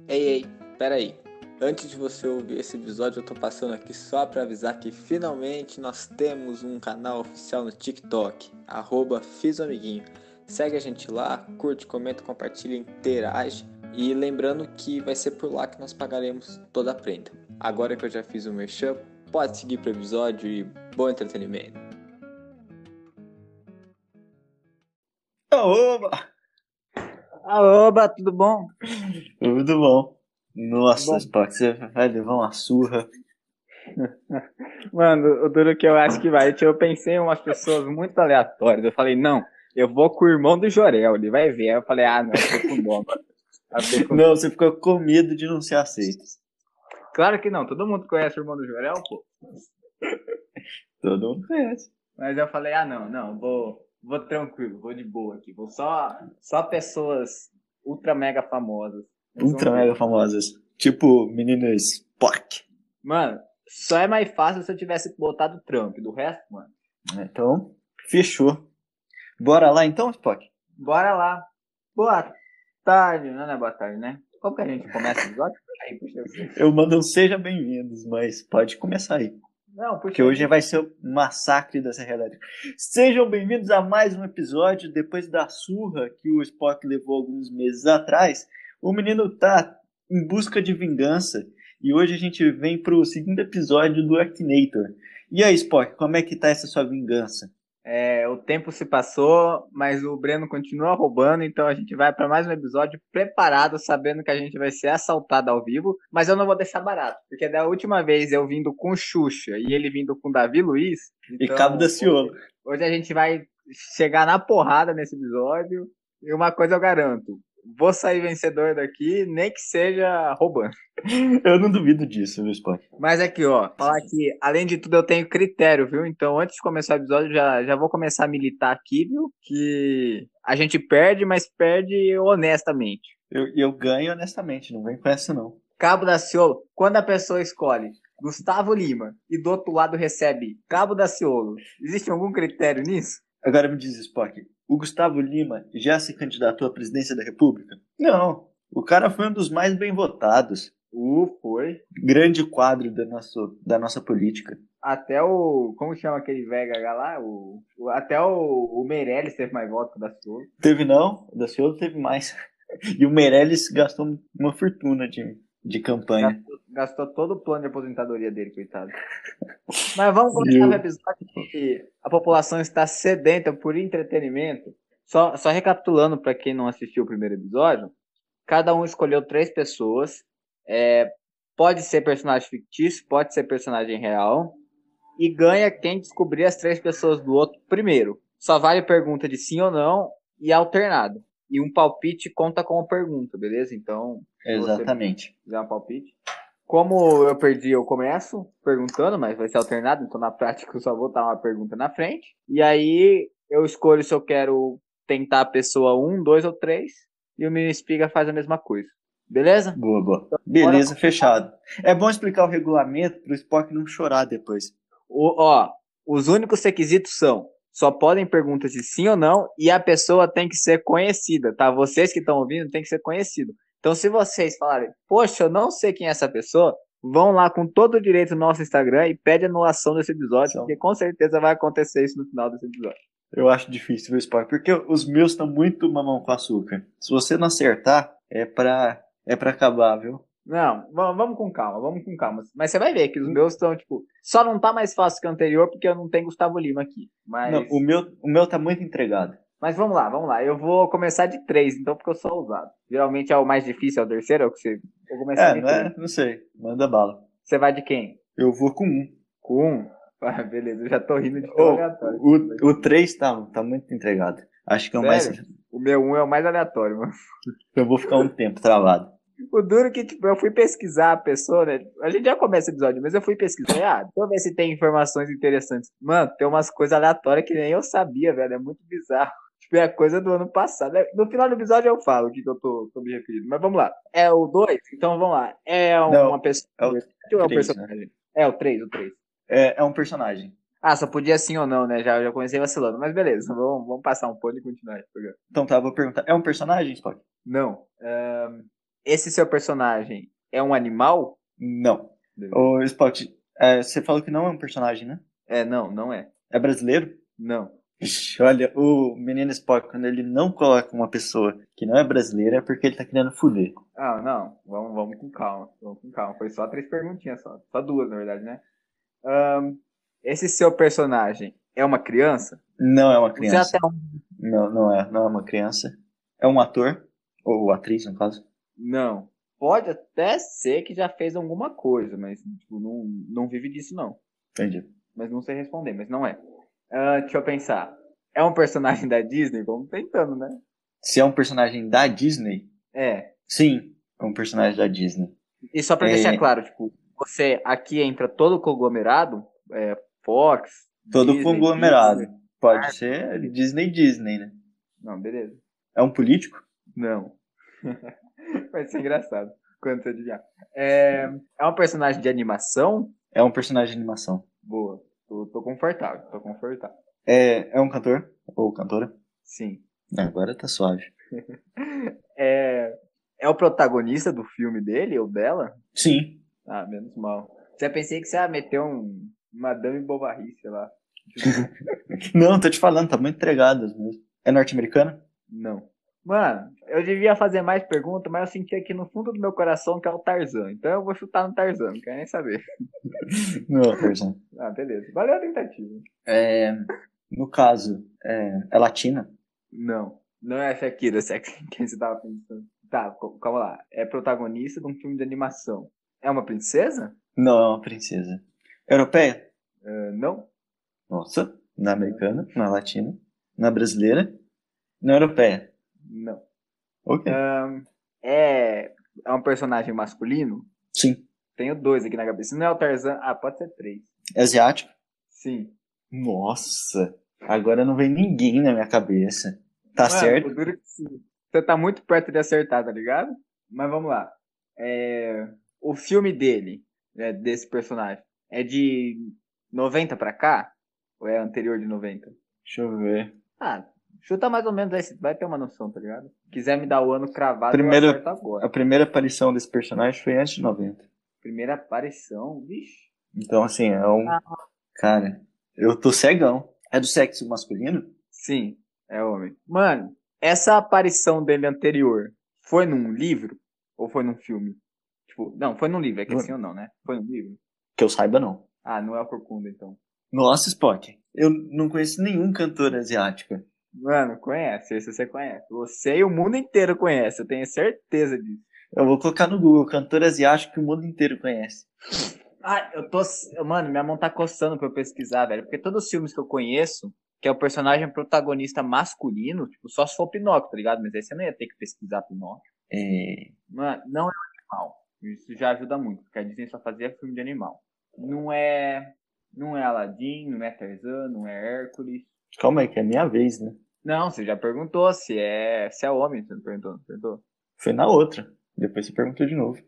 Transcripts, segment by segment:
Ei, pera aí. Antes de você ouvir esse episódio, eu tô passando aqui só pra avisar que finalmente nós temos um canal oficial no TikTok, @FizOmiguinho. Segue a gente lá, curte, comenta, compartilha, interage. E lembrando que vai ser por lá que nós pagaremos toda a prenda. Agora que eu já fiz o merchan, pode seguir pro episódio e bom entretenimento. Oba! Aoba, tudo bom? Tudo bom. Nossa, Bom, Spock, você vai levar uma surra. mano, o duro que eu acho que vai. Eu pensei em umas pessoas muito aleatórias. Eu falei, não, eu vou com o irmão do Jorel, ele vai ver. Aí eu falei, não, eu fui com dó, mano. Aí eu fui com Não, dó. você ficou com medo de não ser aceito. Claro que não, todo mundo conhece o irmão do Jorel, pô. Todo mundo conhece. Mas eu falei, não, vou tranquilo, vou de boa aqui. Vou só pessoas ultra mega famosas. Vocês vão Ultra ver. mega famosas. Tipo, menino Spock. Mano, só é mais fácil se eu tivesse botado Trump. Do resto, mano, Então, fechou. Bora lá então, Spock? bora lá. Boa tarde, não é boa tarde, né? Como que a gente começa o episódio? Aí, puxa você. Eu mando um seja bem-vindos, mas pode começar aí. Não, Porque puxa hoje aí. vai ser o massacre dessa realidade. Sejam bem-vindos a mais um episódio. Depois da surra que o Spock levou alguns meses atrás, o menino tá em busca de vingança. E hoje a gente vem pro segundo episódio do Akinator. E aí, Spock, como é que tá essa sua vingança? O tempo se passou, mas o Breno continua roubando, então a gente vai para mais um episódio preparado, sabendo que a gente vai ser assaltado ao vivo, mas eu não vou deixar barato, porque da última vez eu vindo com Xuxa e ele vindo com Davi Luiz, E Cabo da então Ciolo. hoje a gente vai chegar na porrada nesse episódio, e uma coisa eu garanto, vou sair vencedor daqui, nem que seja roubando. Eu não duvido disso, viu, Spock? Mas aqui, ó, falar que, além de tudo, eu tenho critério, viu? Então, antes de começar o episódio, já vou começar a militar aqui, viu? Que a gente perde, mas perde honestamente. Eu ganho honestamente, não vem com essa não. Cabo da Ciolo, quando a pessoa escolhe Gustavo Lima e do outro lado recebe Cabo da Ciolo, existe algum critério nisso? Agora me diz, Spock, o Gustavo Lima já se candidatou à presidência da República? Não. O cara foi um dos mais bem votados. Foi. Grande quadro da nossa política. Até o. Como chama aquele Vega lá? Até o Meirelles teve mais votos que o da Ciolo. Teve não, o Daciolo teve mais. E o Meirelles gastou uma fortuna de campanha. Gastou todo o plano de aposentadoria dele, coitado. Mas vamos começar o episódio que a população está sedenta por entretenimento. Só recapitulando para quem não assistiu o primeiro episódio, cada um escolheu 3 pessoas. Pode ser personagem fictício, pode ser personagem real. E ganha quem descobrir as 3 pessoas do outro primeiro. Só vale pergunta de sim ou não e alternado. E um palpite conta como pergunta, beleza? Então, se você Exatamente. fizer um palpite. Como eu perdi, eu começo perguntando, mas vai ser alternado, então na prática eu só vou dar uma pergunta na frente. E aí eu escolho se eu quero tentar a pessoa 1, 2 ou 3, e o Mini Espiga faz a mesma coisa. Beleza? Boa, boa. Então, Beleza, fechado. É bom explicar o regulamento pro Spock não chorar depois. Os únicos requisitos são: só podem perguntas de sim ou não, e a pessoa tem que ser conhecida, tá? Vocês que estão ouvindo tem que ser conhecido. Então, se vocês falarem, poxa, eu não sei quem é essa pessoa, vão lá com todo o direito no nosso Instagram e pede anulação desse episódio, porque com certeza vai acontecer isso no final desse episódio. Eu acho difícil, viu, Spock? Porque os meus estão muito mamão com açúcar. Se você não acertar, é pra acabar, viu? Não, vamos com calma, vamos com calma. Mas você vai ver que os meus estão, tipo, só não tá mais fácil que o anterior porque eu não tenho Gustavo Lima aqui. Não, o meu tá muito entregado. Mas vamos lá. Eu vou começar de 3, então, porque eu sou ousado. Geralmente é o mais difícil, é o terceiro, é o que você. Vou começar de Não 3. não sei. Manda bala. Você vai de quem? Eu vou com um. Com 1? Ah, beleza, eu já tô rindo de tão aleatório. O 3 tá muito entregado. Acho que é o mais. Sério? O meu 1 é o mais aleatório, mano. Eu vou ficar um tempo travado. O duro que, tipo, eu fui pesquisar a pessoa, né? A gente já começa o episódio, mas eu fui pesquisar. Deixa eu ver se tem informações interessantes. Mano, tem umas coisas aleatórias que nem eu sabia, velho. É muito bizarro. Tipo, é coisa do ano passado. No final do episódio eu falo o que eu tô me referindo. Mas vamos lá. É o 2? Então vamos lá. É uma pessoa. É o Ou é um 3, personagem? né? É o 3, o 3. É um personagem. Ah, só podia sim ou não, né? Já comecei vacilando. Mas beleza, vamos passar um pano e continuar esse programa. Então tá, vou perguntar. É um personagem, Spock? Não. esse seu personagem é um animal? Não. Beleza. Ô, Spock, você falou que não é um personagem, né? Não é. É brasileiro? Não. Ixi, olha, o menino Spock, quando ele não coloca uma pessoa que não é brasileira, é porque ele tá querendo fuder. Ah, não. Vamos com calma. Vamos com calma. Foi só 3 perguntinhas só. Só 2, na verdade, né? Esse seu personagem é uma criança? Não é uma Você é criança. até um... Não é uma criança. É um ator, ou atriz, no caso. Não. Pode até ser que já fez alguma coisa, mas tipo, não vive disso, não. Entendi. Mas não sei responder, mas não é. Deixa eu pensar. É um personagem da Disney? Vamos tentando, né? Se é um personagem da Disney, É. sim, é um personagem da Disney. E só pra deixar claro, tipo, você aqui entra todo o conglomerado, Fox, Todo Disney, conglomerado. Pixar. Pode ser Disney, né? Não, beleza. É um político? Não. Vai ser engraçado quando você adivinhar. É um personagem de animação? É um personagem de animação. Boa. Tô confortável, tô confortável. É um cantor? Ou cantora? Sim. Agora tá suave. É o protagonista do filme dele ou dela? Sim. Ah, menos mal. Já pensei que você ia meter um Madame Bovary, sei lá. Não, tô te falando, tá muito entregadas mesmo. É norte-americano? Não. Mano, eu devia fazer mais perguntas, mas eu senti aqui no fundo do meu coração que é o Tarzan. Então eu vou chutar no Tarzan, não quero nem saber. Não, person. Ah, beleza. Valeu a tentativa. No caso, é latina? Não. Não é a Shakira, se é quem você tava pensando. Tá, calma lá. É protagonista de um filme de animação. É uma princesa? Não, é uma princesa. Europeia? Não. Nossa. Na americana, na latina, na brasileira, na europeia. Não. Ok. É um personagem masculino? Sim. Tenho 2 aqui na cabeça. Se não é o Tarzan, pode ser 3. É asiático? Sim. Nossa. Agora não vem ninguém na minha cabeça. Tá Mano, certo? o duro é que sim. Você tá muito perto de acertar, tá ligado? Mas vamos lá. O filme dele, desse personagem, é de 90 pra cá? Ou é anterior de 90? Deixa eu ver. Chuta mais ou menos aí, você vai ter uma noção, tá ligado? Quiser me dar o ano cravado, eu Primeiro, acerto agora. a primeira aparição desse personagem foi antes de 90. Primeira aparição, vixe. Então, assim, é um. Cara, eu tô cegão. É do sexo masculino? Sim, é homem. Mano, essa aparição dele anterior foi num livro ou foi num filme? Tipo, não, foi num livro, é que sim ou não, né? Foi num livro. Que eu saiba, não. Não é o Corcunda, então. Nossa, Spock. Eu não conheço nenhum cantor asiático. Mano, conhece, esse você conhece. Você e o mundo inteiro conhece, eu tenho certeza disso. Eu vou colocar no Google, cantor asiático que o mundo inteiro conhece. Mano, minha mão tá coçando pra eu pesquisar, velho. Porque todos os filmes que eu conheço, que é o personagem protagonista masculino, tipo, só se for Pinóquio, tá ligado? Mas aí você não ia ter que pesquisar Pinóquio. Mano, não é um animal. Isso já ajuda muito, porque a Disney só fazia filme de animal. Não é Aladdin, não é Tarzan, não é Hércules. Calma aí, que é minha vez, né? Não, você já perguntou se é homem, você não perguntou? Foi na outra. Depois você perguntou de novo.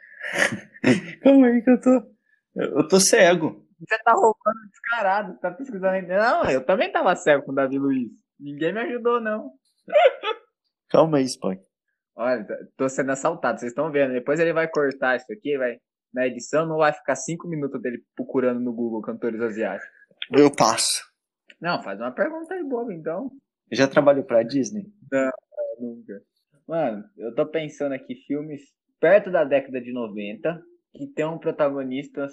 Calma aí que eu tô cego. Você tá roubando descarado, você tá pesquisando ainda. Não, eu também tava cego com o Davi Luiz. Ninguém me ajudou, não. Calma aí, Spock. Olha, tô sendo assaltado, vocês estão vendo. Depois ele vai cortar isso aqui, na edição não vai ficar 5 minutos dele procurando no Google cantores asiáticos. Eu passo. Não, faz uma pergunta aí, boba, então. Já trabalhou pra Disney? Não, nunca. Mano, eu tô pensando aqui filmes perto da década de 90 que tenham protagonistas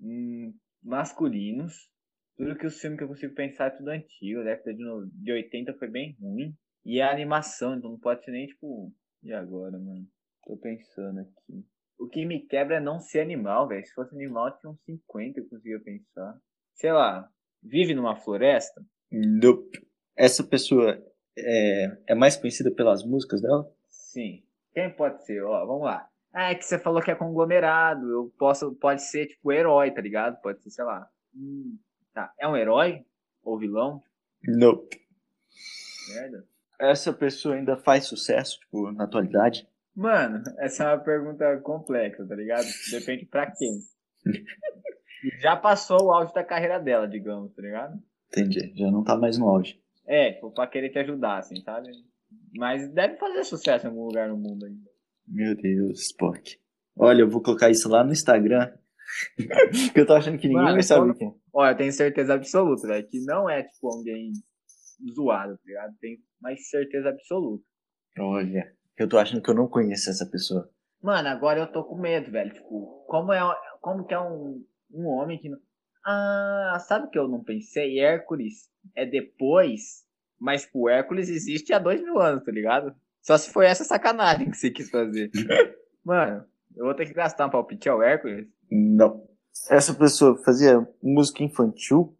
masculinos. Tudo que os filmes que eu consigo pensar é tudo antigo. A década de 80 foi bem ruim. E é animação, então não pode ser nem tipo. E agora, mano? Tô pensando aqui. O que me quebra é não ser animal, velho. Se fosse animal, tinha uns 50 que eu conseguia pensar. Sei lá, vive numa floresta? Nope. Essa pessoa é mais conhecida pelas músicas dela? Sim. Quem pode ser? Ó, vamos lá. É que você falou que é conglomerado. Pode ser tipo herói, tá ligado? Pode ser, sei lá. Tá. É um herói? Ou vilão? Nope. Merda. Essa pessoa ainda faz sucesso, tipo, na atualidade? Mano, essa é uma pergunta complexa, tá ligado? Depende pra quem. Já passou o auge da carreira dela, digamos, tá ligado? Entendi, já não tá mais no auge. Tipo, pra querer te ajudar, assim, sabe? Mas deve fazer sucesso em algum lugar no mundo ainda. Meu Deus, Spock. Olha, eu vou colocar isso lá no Instagram. Que eu tô achando que ninguém vai saber quem. Olha, eu tenho certeza absoluta, velho, que não é, tipo, alguém zoado, tá ligado? Tenho mais certeza absoluta. Olha, eu tô achando que eu não conheço essa pessoa. Mano, agora eu tô com medo, velho. Tipo, como que é um homem que não... Ah, sabe o que eu não pensei? Hércules é depois, mas, tipo, Hércules existe há 2000 anos, tá ligado? Só se foi essa sacanagem que você quis fazer. Mano, eu vou ter que gastar um palpite ao Hércules. Não. Essa pessoa fazia música infantil?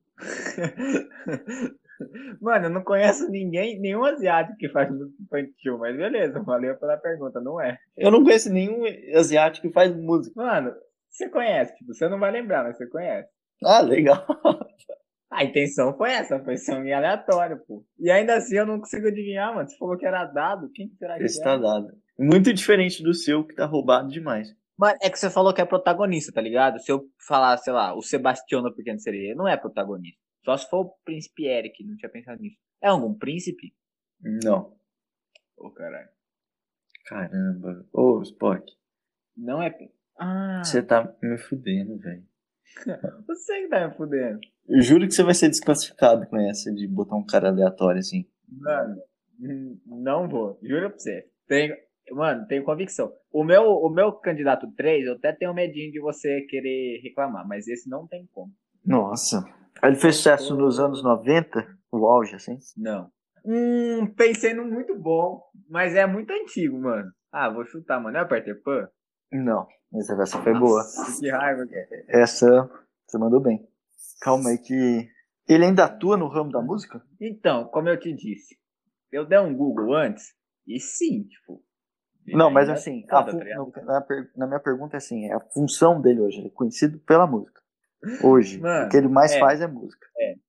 Mano, eu não conheço nenhum asiático que faz música infantil, mas beleza, valeu pela pergunta, não é? Eu não conheço nenhum asiático que faz música. Mano, você conhece, tipo, você não vai lembrar, mas você conhece. Ah, legal. A intenção foi essa, foi ser um aleatório, pô. E ainda assim eu não consigo adivinhar, mano. Você falou que era dado, quem que será que Esse é? tá dado. Muito diferente do seu, que tá roubado demais. Mano, é que você falou que é protagonista, tá ligado? Se eu falar, sei lá, o Sebastião da Pequena Sereia, ele não é protagonista. Só se for o Príncipe Eric, não tinha pensado nisso. É algum príncipe? Não. Ô, caralho. Caramba. Ô, Spock, Não é. Ah, você tá me fudendo, velho. você que tá me fudendo. Eu juro que você vai ser desclassificado com essa de botar um cara aleatório assim. Mano, não vou. Juro pra você. Mano, tenho convicção. O meu candidato 3, eu até tenho medinho de você querer reclamar, mas esse não tem como. Nossa. Ele fez sucesso nos anos 90, o auge, assim. Não. Pensei num muito bom, mas é muito antigo, mano. Ah, vou chutar, mano. É o Peter Pan? Não, mas essa foi boa. Nossa, que raiva, cara. Essa você mandou bem. Calma aí que... Ele ainda atua no ramo da música? Então, como eu te disse, eu dei um Google antes, e sim, tipo. ele Não, mas ainda assim, canta, tá ligado? na minha pergunta é assim, é a função dele hoje. Ele é conhecido pela música. Hoje, o que Mano, ele mais faz é música.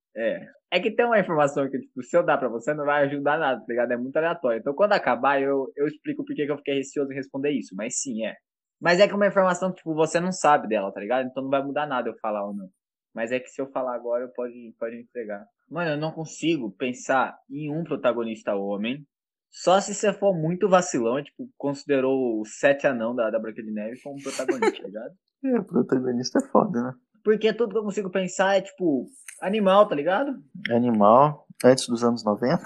É que tem uma informação que, tipo, se eu dar pra você, não vai ajudar nada, tá ligado? É muito aleatório. Então, quando acabar, eu explico por que que eu fiquei receoso em responder isso. Mas sim, é. Mas é que é uma informação que, tipo, você não sabe dela, tá ligado? Então não vai mudar nada eu falar ou não. Mas é que se eu falar agora, pode entregar. Mano, eu não consigo pensar em um protagonista homem. Só se você for muito vacilão, e, tipo, considerou o Sete Anão da Branca de Neve como protagonista, tá ligado? É, o protagonista é foda, né? Porque tudo que eu consigo pensar é, tipo, animal, tá ligado? Animal, antes dos anos 90.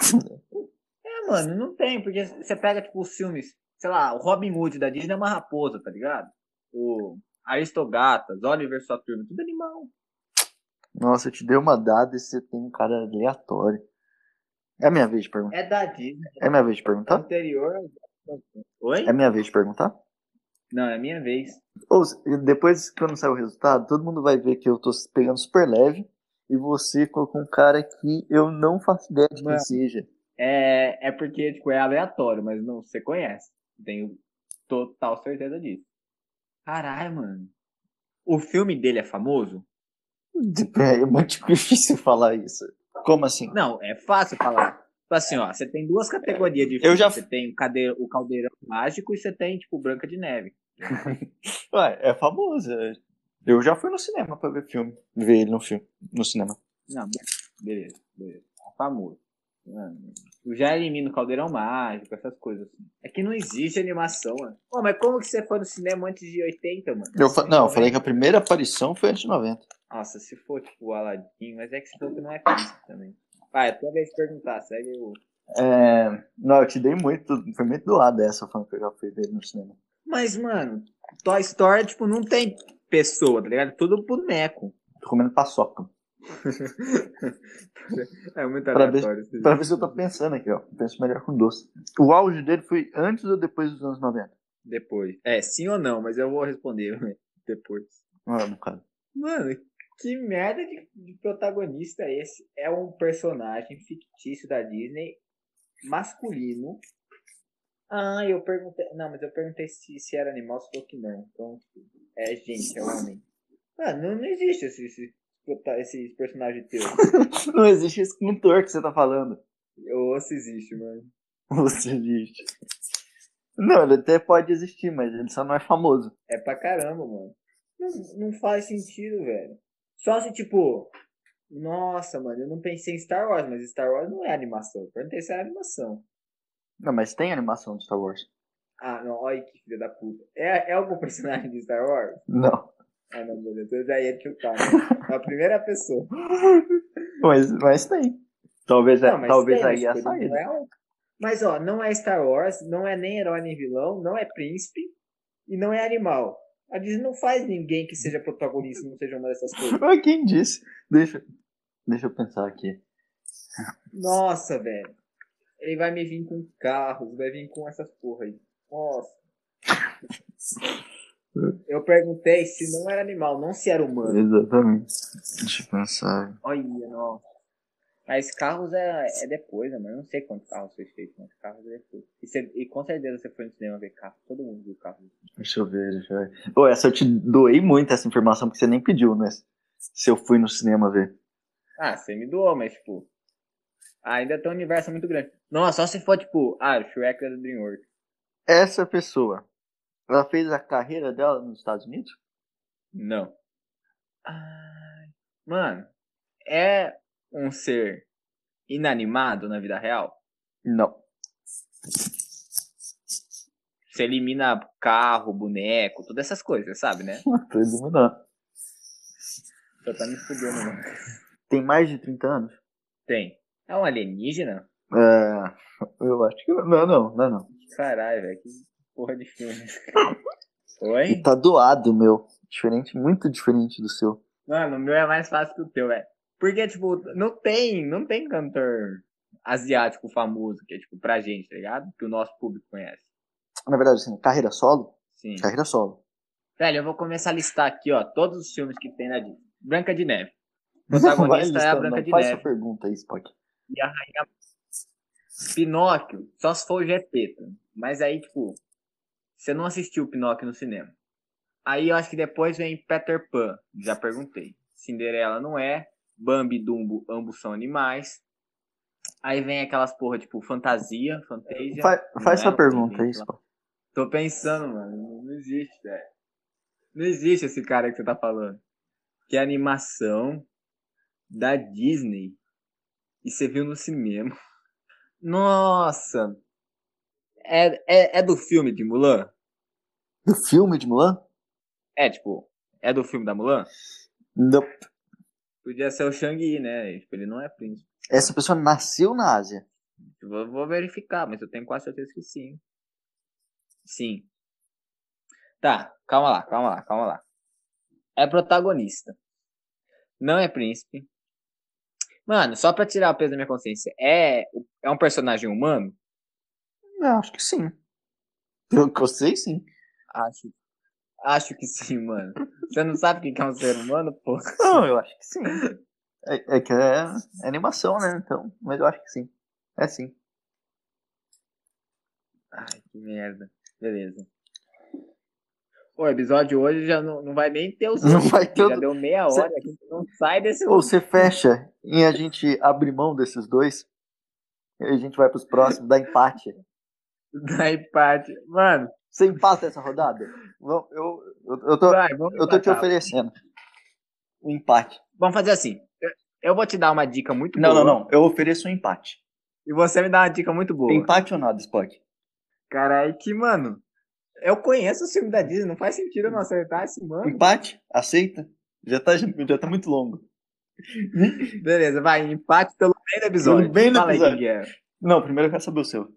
É, mano, não tem, porque você pega, tipo, os filmes, sei lá, o Robin Hood da Disney é uma raposa, tá ligado? O Aristogatas, Oliver e sua turma, tudo animal. Nossa, eu te dei uma dada e você tem um cara aleatório. É a minha vez de perguntar? É da Disney, É minha vez de perguntar? anterior. É Oi? minha vez de perguntar? Não, é minha vez. Ou depois que não sair o resultado, todo mundo vai ver que eu tô pegando super leve e você colocou um cara que eu não faço ideia de quem Mano, seja. é porque, tipo, é aleatório, mas não, você conhece. Tenho total certeza disso. Caralho, mano. O filme dele é famoso? É muito difícil falar isso. Como assim? Não, é fácil falar. Tipo assim, ó, você tem duas categorias de Eu filme. já. Você tem o Caldeirão Mágico e você tem, tipo, Branca de Neve. Ué, é famoso. Eu já fui no cinema pra ver filme. Ver ele no filme. No cinema. Não, beleza. É famoso. Mano, eu já elimino o Caldeirão Mágico, essas coisas assim. É que não existe animação, mano. Pô, mas como que você foi no cinema antes de 80, mano? Não, eu falei que a primeira aparição foi antes de 90. Nossa, se for tipo o Aladdin, mas é que você falou que não é príncipe também. Vai, é tua vez de perguntar, segue o. Não, eu te dei muito. Foi muito do lado dessa falando que eu já fui ver ele no cinema. Mas, mano, Toy Story, tipo, não tem pessoa, tá ligado? Tudo boneco. Tô comendo paçoca. É muito Pra ver, aleatório. pra ver se eu tô pensando aqui, ó. Eu penso melhor com doce. O auge dele foi antes ou depois dos anos 90? Depois. É, sim ou não, mas eu vou responder depois. Ah, no caso. Mano, que merda de protagonista é esse? É um personagem fictício da Disney, masculino. Ah, eu perguntei. Não, mas eu perguntei se era animal, se falou que não. Então, é gente, é homem. Ah, não existe esse personagem teu. Não existe esse cantor que você tá falando. Ou se existe, mano. Você existe. Não, ele até pode existir, mas ele só não é famoso. É pra caramba, mano. Não faz sentido, velho. Só se, tipo. Nossa, mano, eu não pensei em Star Wars, mas Star Wars não é animação. Eu perguntei se é animação. Não, mas tem animação de Star Wars. Ah, não, olha que filho da puta. É algum personagem de Star Wars? Não. Ah, não, beleza. Eu já ia chutar, né? É a primeira pessoa. Mas tem. Talvez, Não, mas talvez tem, mas aí é a tipo, ele não saída. é um. Mas ó, não é Star Wars, não é nem herói nem vilão, não é príncipe e não é animal. A Disney não faz ninguém que seja protagonista e não seja uma dessas coisas. Mas quem disse? Deixa eu pensar aqui. Nossa, velho. Ele vai me vir com carros, vai vir com essas porra aí. Nossa. Eu perguntei se não era animal, não se era humano. Exatamente. Deixa eu pensar. Olha, nossa. Mas carros é depois, né, mano? Eu não sei quantos carros foi feito, mas carros é depois. E com certeza você foi no cinema ver carro. Todo mundo viu carro. Deixa eu ver. Pô, essa eu te doei muito essa informação, porque você nem pediu, né? Se eu fui no cinema ver. Ah, você me doou, mas tipo. Ainda tem um universo muito grande. Nossa, só se for tipo. O Shrek é do DreamWorks. Essa pessoa, ela fez a carreira dela nos Estados Unidos? Não. Mano, é um ser inanimado na vida real? Não. Você elimina carro, boneco, todas essas coisas, sabe, né? Tô eliminando. Só tá me fudendo, mano. Tem mais de 30 anos? Tem. É um alienígena? Eu acho que não. Caralho, velho, que porra de filme. E Oi? tá doado, meu. Diferente, muito diferente do seu. Mano, o meu é mais fácil que o teu, velho. Porque, tipo, não tem cantor asiático famoso, que é, tipo, pra gente, tá ligado? Que o nosso público conhece. Na verdade, assim, carreira solo? Sim. Carreira solo. Velho, eu vou começar a listar aqui, ó, todos os filmes que tem na Disney. Branca de Neve. O Não vai protagonista é a listando, Branca não. de Faz sua Neve. pergunta aí, Spock. E a Rainha Pinóquio, só se for o Gepeto. Mas aí, tipo, você não assistiu o Pinóquio no cinema. Aí eu acho que depois vem Peter Pan, já perguntei. Cinderela não é. Bambi e Dumbo, ambos são animais. Aí vem aquelas porra, tipo, fantasia. Faz sua Não tem pergunta aí, gente lá. Spock. Tô pensando, mano. Não existe, velho. Não existe esse cara que você tá falando. Que é animação da Disney. E você viu no cinema. Nossa! É do filme de Mulan? Do filme de Mulan? É, tipo, é do filme da Mulan? Não. Podia ser o Shang-Yi, né? Tipo, ele não é príncipe. Essa pessoa nasceu na Ásia. Vou verificar, mas eu tenho quase certeza que sim. Sim. Tá, calma lá. É protagonista. Não é príncipe. Mano, só pra tirar o peso da minha consciência, é um personagem humano? Eu acho que sim. Pelo que eu sei, sim. Acho que sim, mano. Você não sabe o que é um ser humano, pô? Não, eu acho que sim. É que é animação, né? Então, mas eu acho que sim. É sim. Ai, que merda. Beleza. O episódio hoje já não vai nem ter os Não outros, vai porque ter. já deu meia hora e a gente não sai desse Ou você fecha e a gente abre mão desses dois. E a gente vai pros próximos, dá empate. da empate. Mano, Você empata essa rodada? Eu tô, vamos eu tô te empatar. oferecendo um empate. Vamos fazer assim. Eu vou te dar uma dica muito Não, boa. não. Eu ofereço um empate. E você me dá uma dica muito boa. Empate ou nada, Spock? Caralho, que, mano. Eu conheço o filme da Disney, não faz sentido eu não acertar esse, mano. Empate? Aceita? Já tá muito longo. Beleza, vai, empate pelo meio do episódio. Pelo bem do Fala aí episódio. quem que é. Não, primeiro eu quero saber o seu.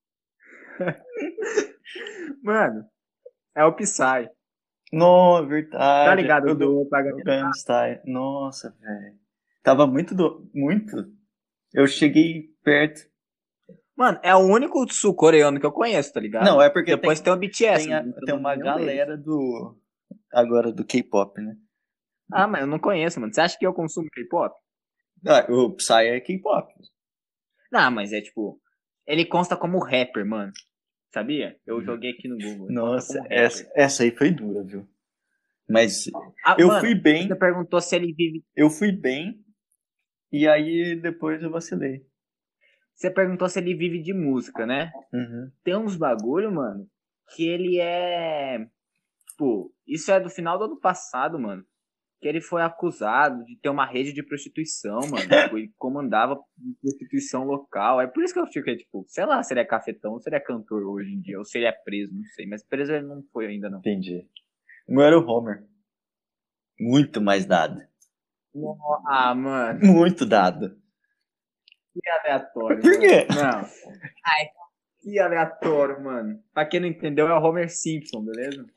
Mano, é o Psy. Não, é verdade. Tá ligado? Eu Do eu ganho style. Nossa, velho. Tava muito. Eu cheguei perto. Mano, é o único sul-coreano que eu conheço, tá ligado? Não, é porque depois tem o BTS. tem uma galera agora do K-pop, né? Ah, mas eu não conheço, mano. Você acha que eu consumo K-pop? Ah, o Psy é K-pop. Não, mas é tipo. Ele consta como rapper, mano. Sabia? Eu joguei aqui no Google. Ele consta Nossa, como rapper. essa aí foi dura, viu? Mas Mano, fui bem. Você perguntou se ele vive. Eu fui bem. E aí depois eu vacilei. Você perguntou se ele vive de música, né? Uhum. Tem uns bagulho, mano, que ele é. Tipo, isso é do final do ano passado, mano. que ele foi acusado de ter uma rede de prostituição, mano. Tipo, ele comandava prostituição local. É por isso que eu fiquei, tipo, sei lá se ele é cafetão ou se ele é cantor hoje em dia, ou se ele é preso, não sei. Mas preso ele não foi ainda, não. Entendi. O meu era o Homer. Muito mais dado. Ah, mano, Muito dado. que aleatório. Por quê? Mano. Não. Ai, que aleatório, mano. Pra quem não entendeu, é o Homer Simpson, beleza?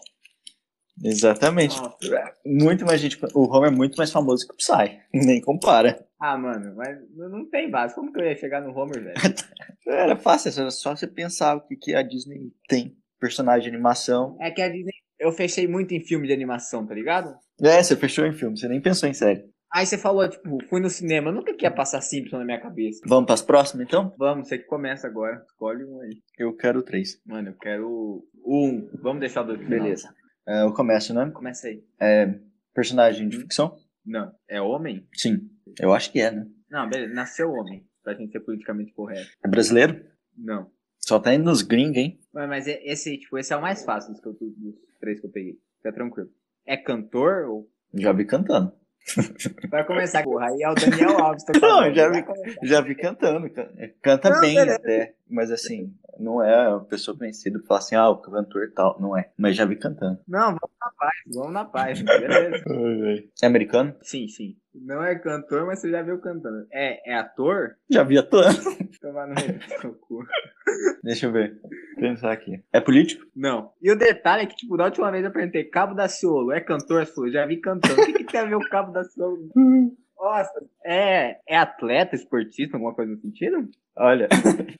Exatamente. Nossa. Muito mais gente. O Homer é muito mais famoso que o Psy. Nem compara. Ah, mano, mas não tem base. Como que eu ia chegar no Homer, velho? Era fácil, era só você pensar o que a Disney tem. Personagem de animação. É que a Disney... Eu fechei muito em filme de animação, tá ligado? Você fechou em filme, você nem pensou em série. Aí você falou, tipo, fui no cinema. Eu nunca queria passar Simpson na minha cabeça. Vamos pras próximas, então? Vamos, você que começa agora. Escolhe um aí. Eu quero 3. Mano, eu quero um. Vamos deixar o dois pro final. Beleza. Eu começo, né? Começa aí. Personagem de ficção? Não. É homem? Sim. Eu acho que é, né? Não, beleza. Nasceu homem. Pra gente ser politicamente correto. É brasileiro? Não. Só tá indo nos gringos, hein? Mas esse é o mais fácil dos 3 que eu peguei. Fica tranquilo. É cantor ou... Já vi cantando. Vai começar, porra. Aí é o Daniel Alves. Não, já vi cantando. Canta Não, bem beleza. até. Mas assim, não é a pessoa conhecida pra falar assim, o cantor e tal. Não é. Mas já vi cantando. Não, vamos na paz. Beleza. É americano? Sim, sim. Não é cantor, mas você já viu cantando. É ator? Já vi atuando. Tomar no meio do seu cu. Deixa eu ver. Pensar aqui. É político? Não. E o detalhe é que, tipo, da última vez eu perguntei, Cabo Daciolo, é cantor? Você falou, já vi cantando. O que tem a ver o Cabo Daciolo? Nossa, é atleta, esportista, alguma coisa no sentido? Olha,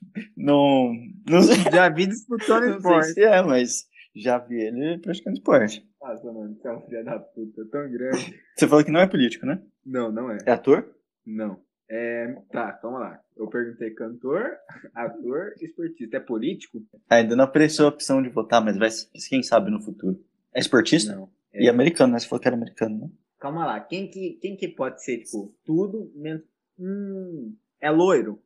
não sei, Já vi disputando não sei esporte. se é, mas já vi ele praticando esporte. Nossa, mano, você é um filho da puta, tão grande. Você falou que não é político, né? Não é. É ator? Não. Tá, calma lá. Eu perguntei cantor, ator, esportista. É político? Ainda não apareceu a opção de votar, mas vai, quem sabe no futuro. É esportista? Não. E americano, né? Você falou que era americano, né? Calma lá. Quem que pode ser, tipo, tudo menos... É loiro?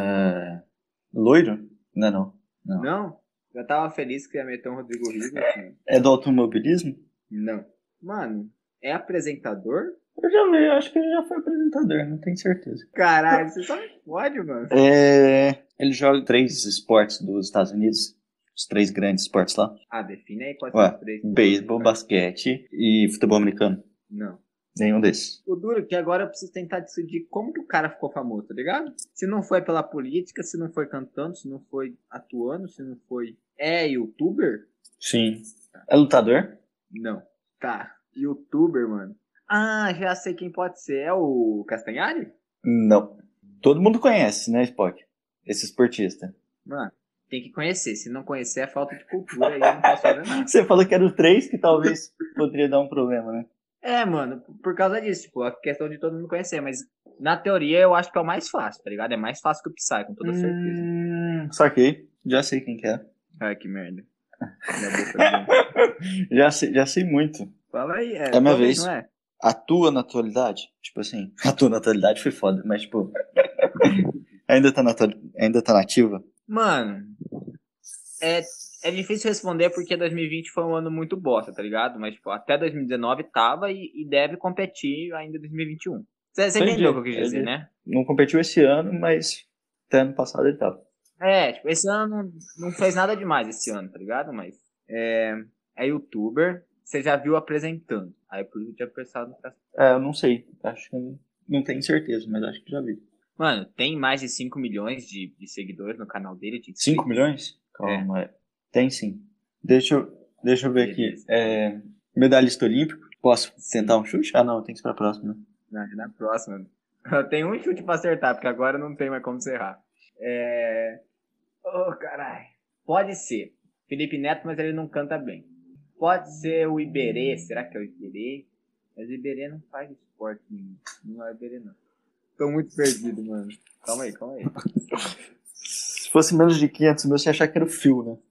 Loiro? Não. Não? Já tava feliz que ia meter um Rodrigo Rios. Assim. É do automobilismo? Não. Mano, é apresentador? Eu já vi, acho que ele já foi apresentador, não tenho certeza. Caralho, você só me fode, mano. Ele joga 3 esportes dos Estados Unidos. Os 3 grandes esportes lá. Define aí quais são os 3. Beisebol, basquete e futebol americano. Não. Nenhum desses. O duro é que agora eu preciso tentar decidir como que o cara ficou famoso, tá ligado? Se não foi pela política, se não foi cantando, se não foi atuando, se não foi... É youtuber? Sim. É lutador? Não. Tá. Youtuber, mano. Já sei quem pode ser. É o Castanhari? Não. Todo mundo conhece, né, Spock? Esse esportista. Mano, tem que conhecer. Se não conhecer, é falta de cultura e eu não posso fazer nada. Você falou que era o 3 que talvez poderia dar um problema, né? Mano, por causa disso, tipo, a questão de todo mundo conhecer, mas na teoria eu acho que é o mais fácil, tá ligado? É mais fácil que o Psy, com toda certeza. Saquei. Já sei quem que é. Ai, que merda. Minha boca Já sei muito. Fala aí, É minha vez. Não é? Atua na atualidade? Tipo assim, atua na atualidade foi foda, mas tipo... ainda tá nativa? Mano, é difícil responder porque 2020 foi um ano muito bosta, tá ligado? Mas, tipo, até 2019 tava e deve competir ainda em 2021. Você entendeu o que eu quis dizer, né? Não competiu esse ano, mas até ano passado ele tava. Tipo, esse ano não fez nada demais esse ano, tá ligado? Mas é youtuber, você já viu apresentando. Aí por isso eu tinha pensado... Eu não sei. Acho que não tenho certeza, mas acho que já vi. Mano, tem mais de 5 milhões de seguidores no canal dele. 5 milhões? Calma, Tem sim. Deixa eu ver aqui. Medalhista olímpico. Posso tentar um chute? Não, tem que esperar a próxima. Não, na próxima. Eu tenho um chute pra acertar, porque agora não tem mais como você errar. Caralho. Pode ser. Felipe Neto, mas ele não canta bem. Pode ser o Iberê. Será que é o Iberê? Mas o Iberê não faz esporte nenhum. Não é o Iberê, não. Tô muito perdido, mano. Calma aí. Se fosse menos de 500 mil, você ia achar que era o Phil, né?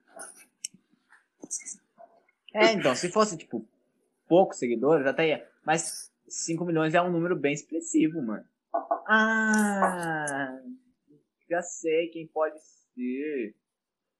Então, se fosse, tipo, poucos seguidores, até ia. Mas 5 milhões é um número bem expressivo, mano. Já sei quem pode ser.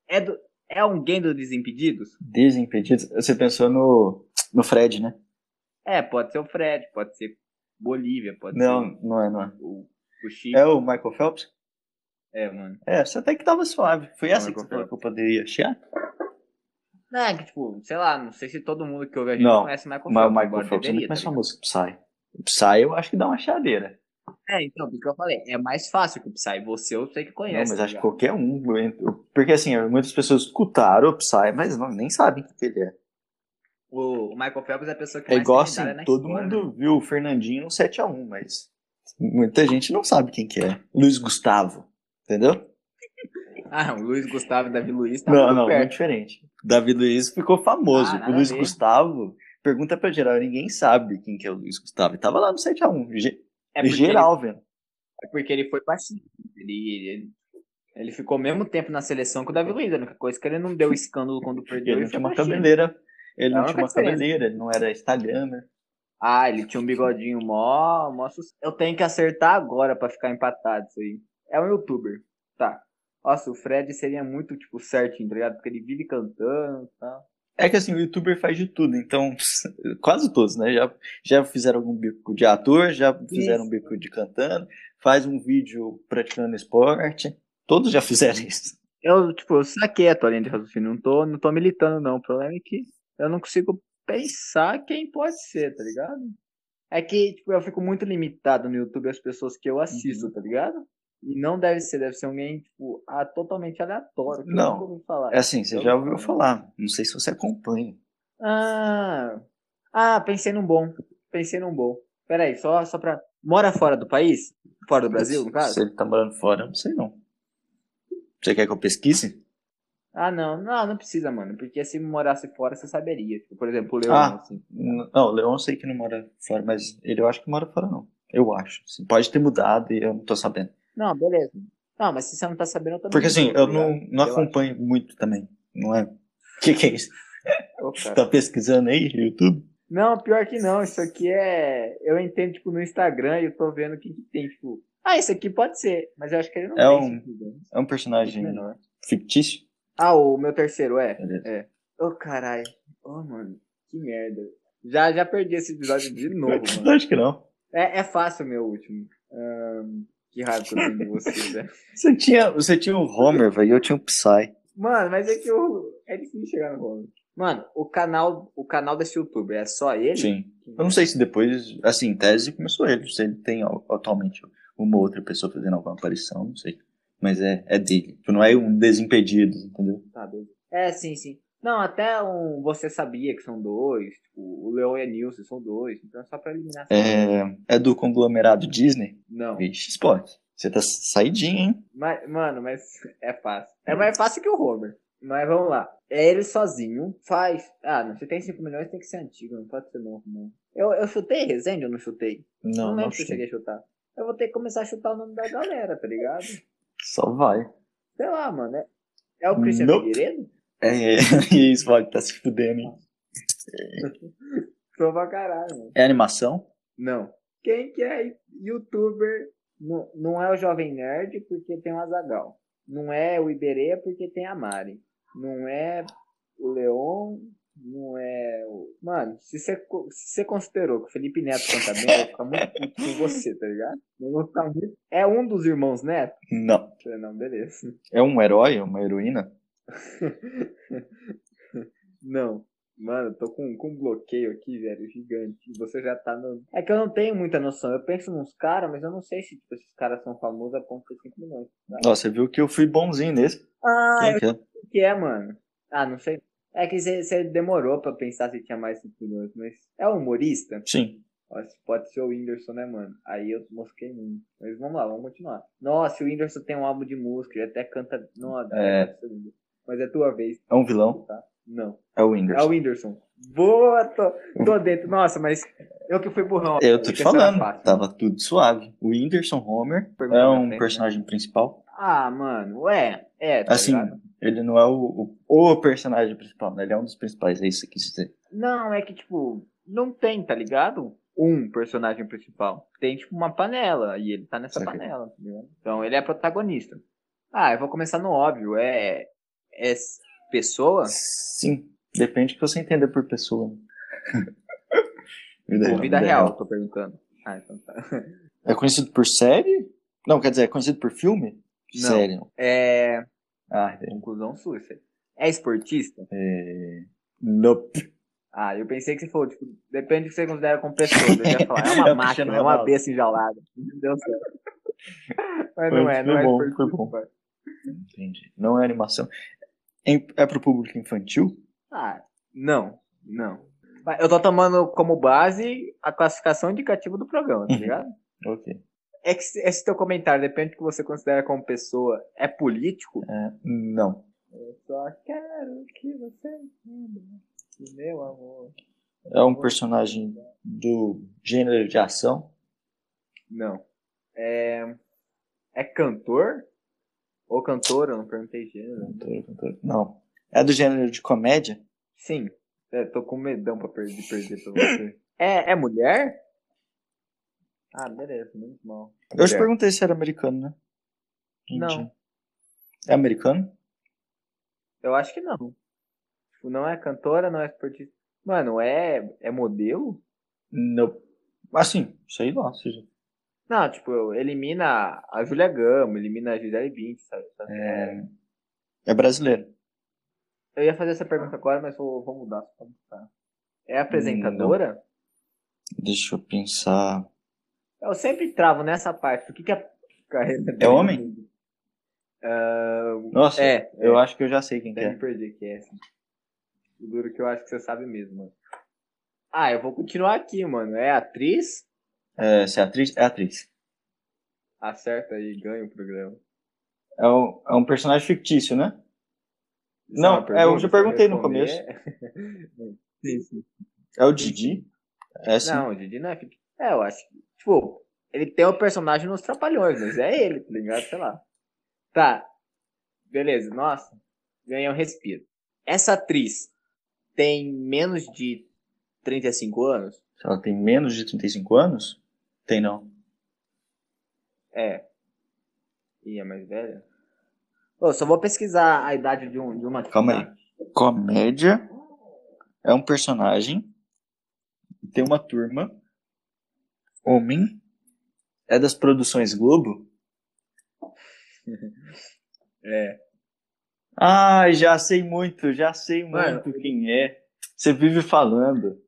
É alguém do Desimpedidos? Desimpedidos? Você pensou no Fred, né? Pode ser o Fred, pode ser Bolívia, pode Não, ser não é. o Chile. É o Michael Phelps? Mano. Você até que tava suave. Foi Não, essa que Michael você falou que Phelps. eu poderia chiar? Não, é que, tipo, sei lá, não sei se todo mundo que ouve a gente Não, conhece o Michael mas o Phelps, Michael embora Phelps é muito deveria, mais tá ligado? famoso que o Psy. O Psy eu acho que dá uma chiadeira. Então, porque eu falei, é mais fácil que o Psy. Você eu sei que Não, conhece, mas tá acho que ligado? qualquer um. Porque assim, muitas pessoas escutaram o Psy, mas nem sabem o que ele é. O Michael Phelps é a pessoa que É mais tem igual medalha assim, na todo história, mundo né? viu o Fernandinho no 7x1, mas muita gente não sabe quem que é. Luiz Gustavo, entendeu? Ah, o Luiz Gustavo e Davi Luiz tá Não, muito não, muito perto. diferente. Davi Luiz ficou Ah, famoso. O nada a Luiz ver. Gustavo, pergunta pra geral, ninguém sabe quem que é o Luiz Gustavo. Ele tava lá no 7x1, É porque ele, geral vendo. é porque ele foi parceiro. Ele ficou ao mesmo tempo na seleção que o Davi Luiz. A única coisa que ele não deu escândalo quando perdeu Ele e não foi tinha uma pra China. cabeleira. Ele É a não tinha única uma diferença. cabeleira, ele não era Instagramer. Ah, ele tinha um bigodinho mó sucesso. Eu tenho que acertar agora pra ficar empatado isso aí. É um youtuber. Tá. Nossa, o Fred seria muito, tipo, certinho, tá ligado? Porque ele vive cantando e tal. É que assim, o youtuber faz de tudo, então quase todos, né? Já fizeram algum bico de ator, já fizeram um Isso. bico de cantando, faz um vídeo praticando esporte. Todos já fizeram isso. Eu saquei a tua linha de raciocínio. Não tô militando, não. O problema é que eu não consigo pensar quem pode ser, tá ligado? É que, tipo, eu fico muito limitado no YouTube as pessoas que eu assisto, tá ligado? E não deve ser alguém, tipo, totalmente aleatório, que eu nunca Não, ouvi falar. é assim, você Já já ouviu ouviu falar, né? falar. Não sei se você acompanha. Ah, pensei num bom. Pensei num bom. Peraí, só pra. Mora fora do país? Fora do Brasil, no Se caso? ele tá morando fora, eu não sei não. Você quer que eu pesquise? Ah, não precisa, mano. Porque se morasse fora, você saberia. Tipo, por exemplo, o Leon, Ah, assim. não, o Leon eu sei que não mora fora, mas ele eu acho que mora fora não. Eu acho. Assim, pode ter mudado e eu não tô sabendo. Não, beleza. Não, mas se você não tá sabendo, eu também Porque não assim, tô, tá eu ligado? não Relaxa. acompanho muito também, não é? Que é isso? Ô, Você cara. tá pesquisando aí no YouTube? Não, pior que não. Isso aqui é. Eu entendo, tipo, no Instagram e eu tô vendo o que tem, tipo. Ah, isso aqui pode ser. Mas eu acho que ele não É tem um, 5 milhões. é um É muito personagem menor. fictício? Ah, o meu terceiro é? Beleza. É. Ô, caralho. Ô, mano. Que merda. Já perdi esse episódio de novo, mano. Acho que não. É fácil o meu último. Que raiva que eu tenho de você, velho. Você tinha o Homer, velho, e eu tinha o Psy. Mano, mas é que é difícil chegar no Romulo. Mano, o canal desse youtuber é só ele? Sim. Eu não sei se depois, assim, em tese começou ele, se ele tem atualmente uma outra pessoa fazendo alguma aparição, não sei. Mas é dele. Tipo, não é um Desimpedidos, entendeu? Tá doido. Sim. Não, até Você Sabia que são dois. Tipo, o Leon e a Nilce são dois. Então é só pra eliminar essa galera. É do conglomerado Disney? Não. Vixe, Spot. Você tá saidinho, hein? Mas é fácil. É mais fácil que o Homer. Mas vamos lá. É ele sozinho. Faz. Ah, não. Se tem 5 milhões, tem que ser antigo. Não pode ser novo, não. Eu chutei Resende ou não chutei? Não Não lembro se eu sei. cheguei a chutar. Eu vou ter que começar a chutar o nome da galera, tá ligado? Só vai. Sei lá, mano. É o Christian Nope. Figueiredo? Isso, Spot, tá se fudendo, hein? Sou pra caralho, mano. É animação? Não. Quem que é youtuber? Não é o Jovem Nerd porque tem o Azaghal. Não é o Iberê porque tem a Mari. Não é o Leon. Não é o. Mano, se você considerou que o Felipe Neto canta bem, eu vou ficar muito puto com você, tá ligado? Eu vou ficar muito. É um dos irmãos Neto? Não. Não, beleza. É um herói, uma heroína? Não. Mano, eu tô com um bloqueio aqui, velho, gigante. Você já tá no. É que eu não tenho muita noção. Eu penso nos caras, mas eu não sei se tipo, esses caras são famosos a ponto de ter 5 milhões. Tá? Nossa, você viu que eu fui bonzinho nesse? Ah, Quem que é? o que é, mano? Ah, não sei. É que você demorou pra pensar se tinha mais 5 milhões, mas. É um humorista? Sim. Nossa, pode ser o Whindersson, né, mano? Aí eu mosquei muito. Mas vamos lá, vamos continuar. Nossa, o Whindersson tem um álbum de música, ele até canta. Não, pode ser o Whindersson. Mas é tua vez, É um vilão? tá? Não. É o É o Whindersson. Whindersson. Boa, tô dentro. Nossa, mas eu que fui burrão. Eu tô te Essa era falando, fácil, tava tudo suave. O Whindersson Homer Pergunta é na um frente, personagem principal. Ah, mano, tá Assim, ligado? ele não é o personagem principal, né? Ele é um dos principais, é isso que eu quis dizer. Não, é que, tipo, não tem, tá ligado? Um personagem principal. Tem, tipo, uma panela, e ele tá nessa Saquei. panela, tá ligado? Então, ele é protagonista. Ah, eu vou começar no óbvio, é pessoa? Sim, depende do que você entenda por pessoa. Vida real, eu tô perguntando. Ah, então tá. É conhecido por série? Não, quer dizer, é conhecido por filme? Não. Série. Não. É. Entendi. Conclusão sua, isso aí. É esportista? Nope. Ah, eu pensei que você falou, tipo, depende do que você considera como pessoa. Eu ia falar, é uma É o máquina, Cristiano é uma Ronaldo. besta enjaulada. Não deu certo. Mas não é, Foi não é bom, esportista. foi bom. Pai. Entendi. Não é animação. É pro público infantil? Ah, não. Mas eu tô tomando como base a classificação indicativa do programa, tá ligado? Ok. É que esse teu comentário, depende do que você considera como pessoa, é político? Não. Eu só quero que você entenda, meu amor. É um personagem do gênero de ação? Não. É cantor? Ou cantora? Eu não perguntei gênero. Cantor. Não. É do gênero de comédia? Sim. Tô com medão pra perder pra você. É mulher? Ah, beleza, menos mal. Eu te perguntei se era americano, né? Não. É americano? Eu acho que não. Tipo, não é cantora, não é esportista. Mano, é modelo? Não. Assim, sei lá. Seja. Não, tipo, elimina a Julia Gama, elimina a Gisele Bündchen, sabe? É brasileiro? Eu ia fazer essa pergunta agora, mas vou mudar. Só pra mudar. É apresentadora? Deixa eu pensar. Eu sempre travo nessa parte. O que a carreira É homem? Nossa, eu acho que eu já sei quem que Até é. me perdi que é assim. O duro que eu acho que você sabe mesmo, mano. Ah, eu vou continuar aqui, mano. É atriz? Se é atriz? É atriz. Acerta aí, ganha o programa. É um personagem fictício, né? Isso é uma Não, pergunta? eu já Se eu perguntei no responder, começo. Sim. É o Didi? Sim. Não, o Didi não é fictício. Eu acho que, tipo, ele tem o personagem nos Trapalhões, mas é ele, tá ligado? Sei lá. Tá, beleza. Nossa, ganhei um respiro. Essa atriz tem menos de 35 anos? Se ela tem menos de 35 anos? Tem não. É. E é mais velha? Ô, só vou pesquisar a idade de uma atriz. Calma aí. Comédia é um personagem. Tem uma turma. Homem. É das produções Globo? É. Já sei muito Mano, quem é. Você vive falando.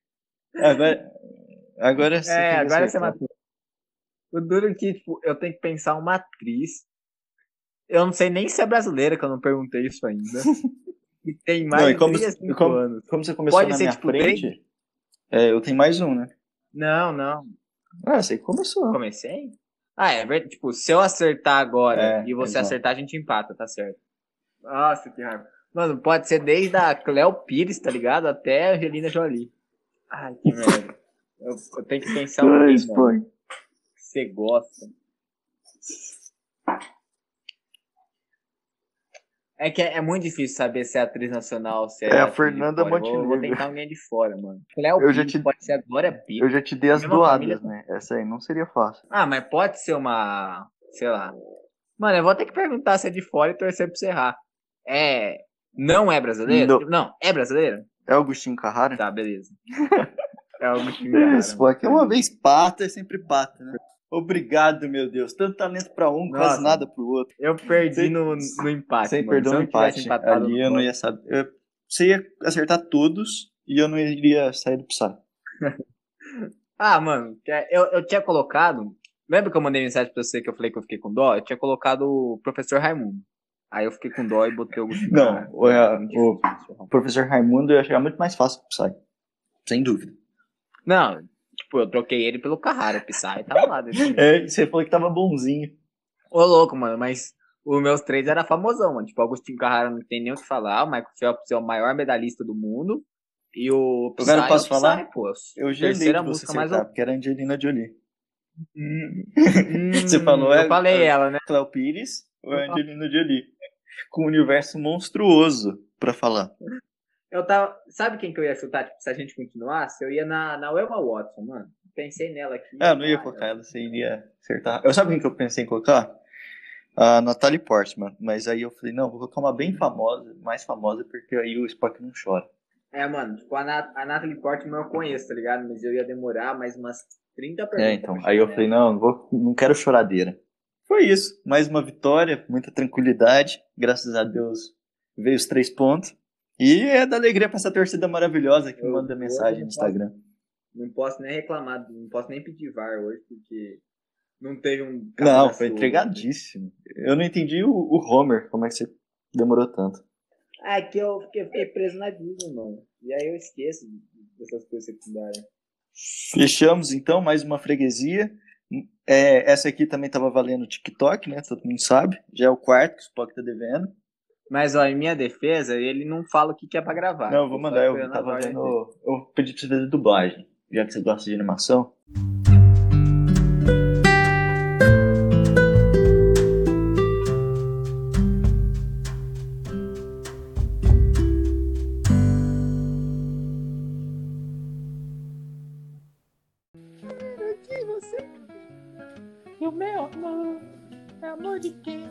Agora você tem que agora você acertar. matou. O duro é que, tipo, eu tenho que pensar uma atriz. Eu não sei nem se é brasileira, que eu não perguntei isso ainda. E tem mais de 35 anos. Como você começou Pode na ser, minha tipo, frente, eu tenho mais um, né? Não. Você começou. Comecei? Ah, é verdade. Tipo, se eu acertar agora e você exato. acertar, a gente empata, tá certo. Nossa, que raiva. Mano, pode ser desde a Cleo Pires, tá ligado? Até a Angelina Jolie. Ai, que merda. Eu tenho que pensar um quem, mano. Que você gosta. É que é muito difícil saber se é atriz nacional, se é a atriz Fernanda de fora. Eu vou Montenegro. tentar alguém de fora, mano. Cleo Eu já Pires, te- pode ser a Glória Pires. Eu já te dei as Mesma doadas, família. né? Essa aí não seria fácil. Ah, mas pode ser uma... Sei lá. Mano, eu vou ter que perguntar se é de fora e torcer pra você errar. Não é brasileiro? Não, é brasileiro? É Agostinho Carrara? Tá, beleza. É o Agostinho Carrara. Isso, pô, aqui uma vez pata é sempre pata, né? Obrigado, meu Deus. Tanto talento pra um, quase nada pro outro. Eu perdi no empate, Você mano. perdeu Se eu no não tivesse empate. empatado Ali no eu não ia saber. Você ia acertar todos e eu não iria sair do Psy. Ah, mano, eu tinha colocado... Lembra que eu mandei mensagem pra você que eu falei que eu fiquei com dó? Eu tinha colocado o Professor Raimundo. Aí eu fiquei com dó e botei o Agostinho Carrara. O Professor Raimundo eu ia chegar muito mais fácil pro Psy. Sem dúvida. Não, tipo, eu troquei ele pelo Carrara. O Psy tava lá desse jeito. Você falou que tava bonzinho. Ô, louco, mano, mas os meus três era famosão, mano. Tipo, o Agostinho Carrara não tem nem o que falar. O Michael Phelps é o maior medalhista do mundo. E o Psy Agora eu posso é o Psy, falar? pô. Eu gelei Terceira de você música mais acertar, porque era Angelina Jolie. Você Você falou, eu falei ela, né? Cléo Pires ou Angelina Jolie? Com um universo monstruoso pra falar. Eu tava. Sabe quem que eu ia chutar? Tipo, se a gente continuasse, eu ia na Emma Watson, mano. Pensei nela aqui. Eu não ia colocar ela, você iria acertar. Eu sabe quem que eu pensei em colocar? A Natalie Portman. Mas aí eu falei, não, vou colocar uma bem famosa, mais famosa, porque aí o Spock não chora. Mano, tipo, a Natalie Portman eu conheço, tá ligado? Mas eu ia demorar mais umas 30 perguntas. Então. Aí eu falei, não quero choradeira. Foi isso. Mais uma vitória, muita tranquilidade. Graças a Deus veio os 3 pontos. E é da alegria pra essa torcida maravilhosa que manda mensagem no Instagram. Não posso nem reclamar, não posso nem pedir VAR hoje, porque não teve um... Não, foi entregadíssimo. Eu não entendi o Homer, como é que você demorou tanto. É que eu fiquei preso na Disney, mano. E aí eu esqueço dessas coisas secundárias. Fechamos, então, mais uma freguesia. Essa aqui também tava valendo o TikTok, né? Todo mundo sabe. Já é o quarto que o Spock tá devendo. Mas, ó, em minha defesa, ele não fala o que é pra gravar. Não, eu vou mandar. Eu tava vendo... Eu pedi pra você fazer dublagem, já que você gosta de animação. E o meu amor é amor de quem?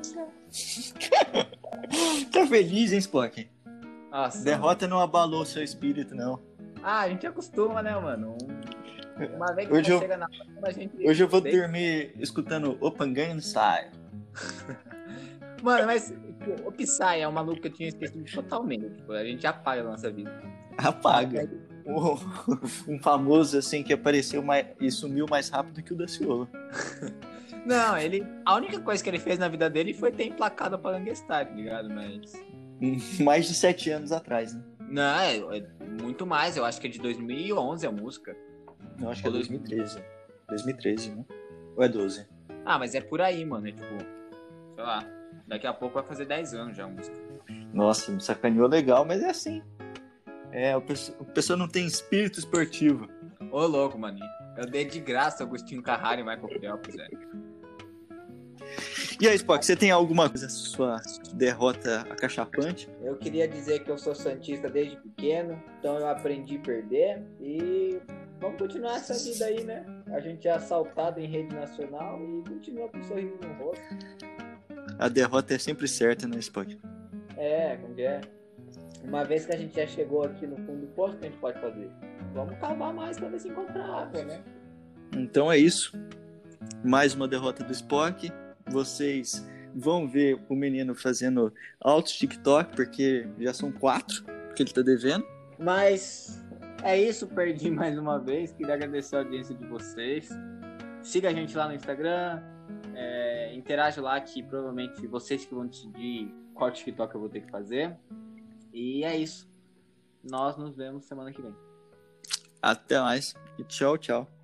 Tá feliz, hein, Spock? Nossa, derrota não abalou seu espírito, não. A gente acostuma, né, mano? Uma vez que hoje você chega na próxima, a gente... Hoje eu vou dormir escutando Open Gangnam Style. Mano, mas o Psy é um maluco que eu tinha esquecido totalmente. Tipo, a gente apaga na nossa vida. Apaga. Um famoso, assim, que apareceu e sumiu mais rápido que o Daciolo. Não, a única coisa que ele fez na vida dele foi ter emplacado pra Gangstar, tá ligado? Mas... mais de 7 anos atrás, né? Não, é muito mais. Eu acho que é de 2011 a música. Eu acho que é 2013. 2013, né? Ou é 12? Ah, mas é por aí, mano. É tipo, sei lá, daqui a pouco vai fazer 10 anos já a música. Nossa, me sacaneou legal, mas é assim. O pessoal não tem espírito esportivo. Ô, louco, mano. Eu dei de graça Agostinho Carrara e Michael Phelps, velho. E aí, Spock, você tem alguma coisa, sua derrota acachapante? Eu queria dizer que eu sou santista desde pequeno, então eu aprendi a perder e vamos continuar essa vida aí, né? A gente é assaltado em rede nacional e continua com um sorriso no rosto. A derrota é sempre certa, né, Spock? Como é? Uma vez que a gente já chegou aqui no fundo do poço, o que a gente pode fazer? Vamos cavar mais pra ver se encontra água, né? Então é isso. Mais uma derrota do Spock. Vocês vão ver o menino fazendo altos TikTok, porque já são 4 que ele tá devendo. Mas é isso, perdi mais uma vez. Queria agradecer a audiência de vocês. Siga a gente lá no Instagram. Interaja lá que provavelmente vocês que vão decidir qual TikTok eu vou ter que fazer. E é isso. Nós nos vemos semana que vem. Até mais e tchau, tchau.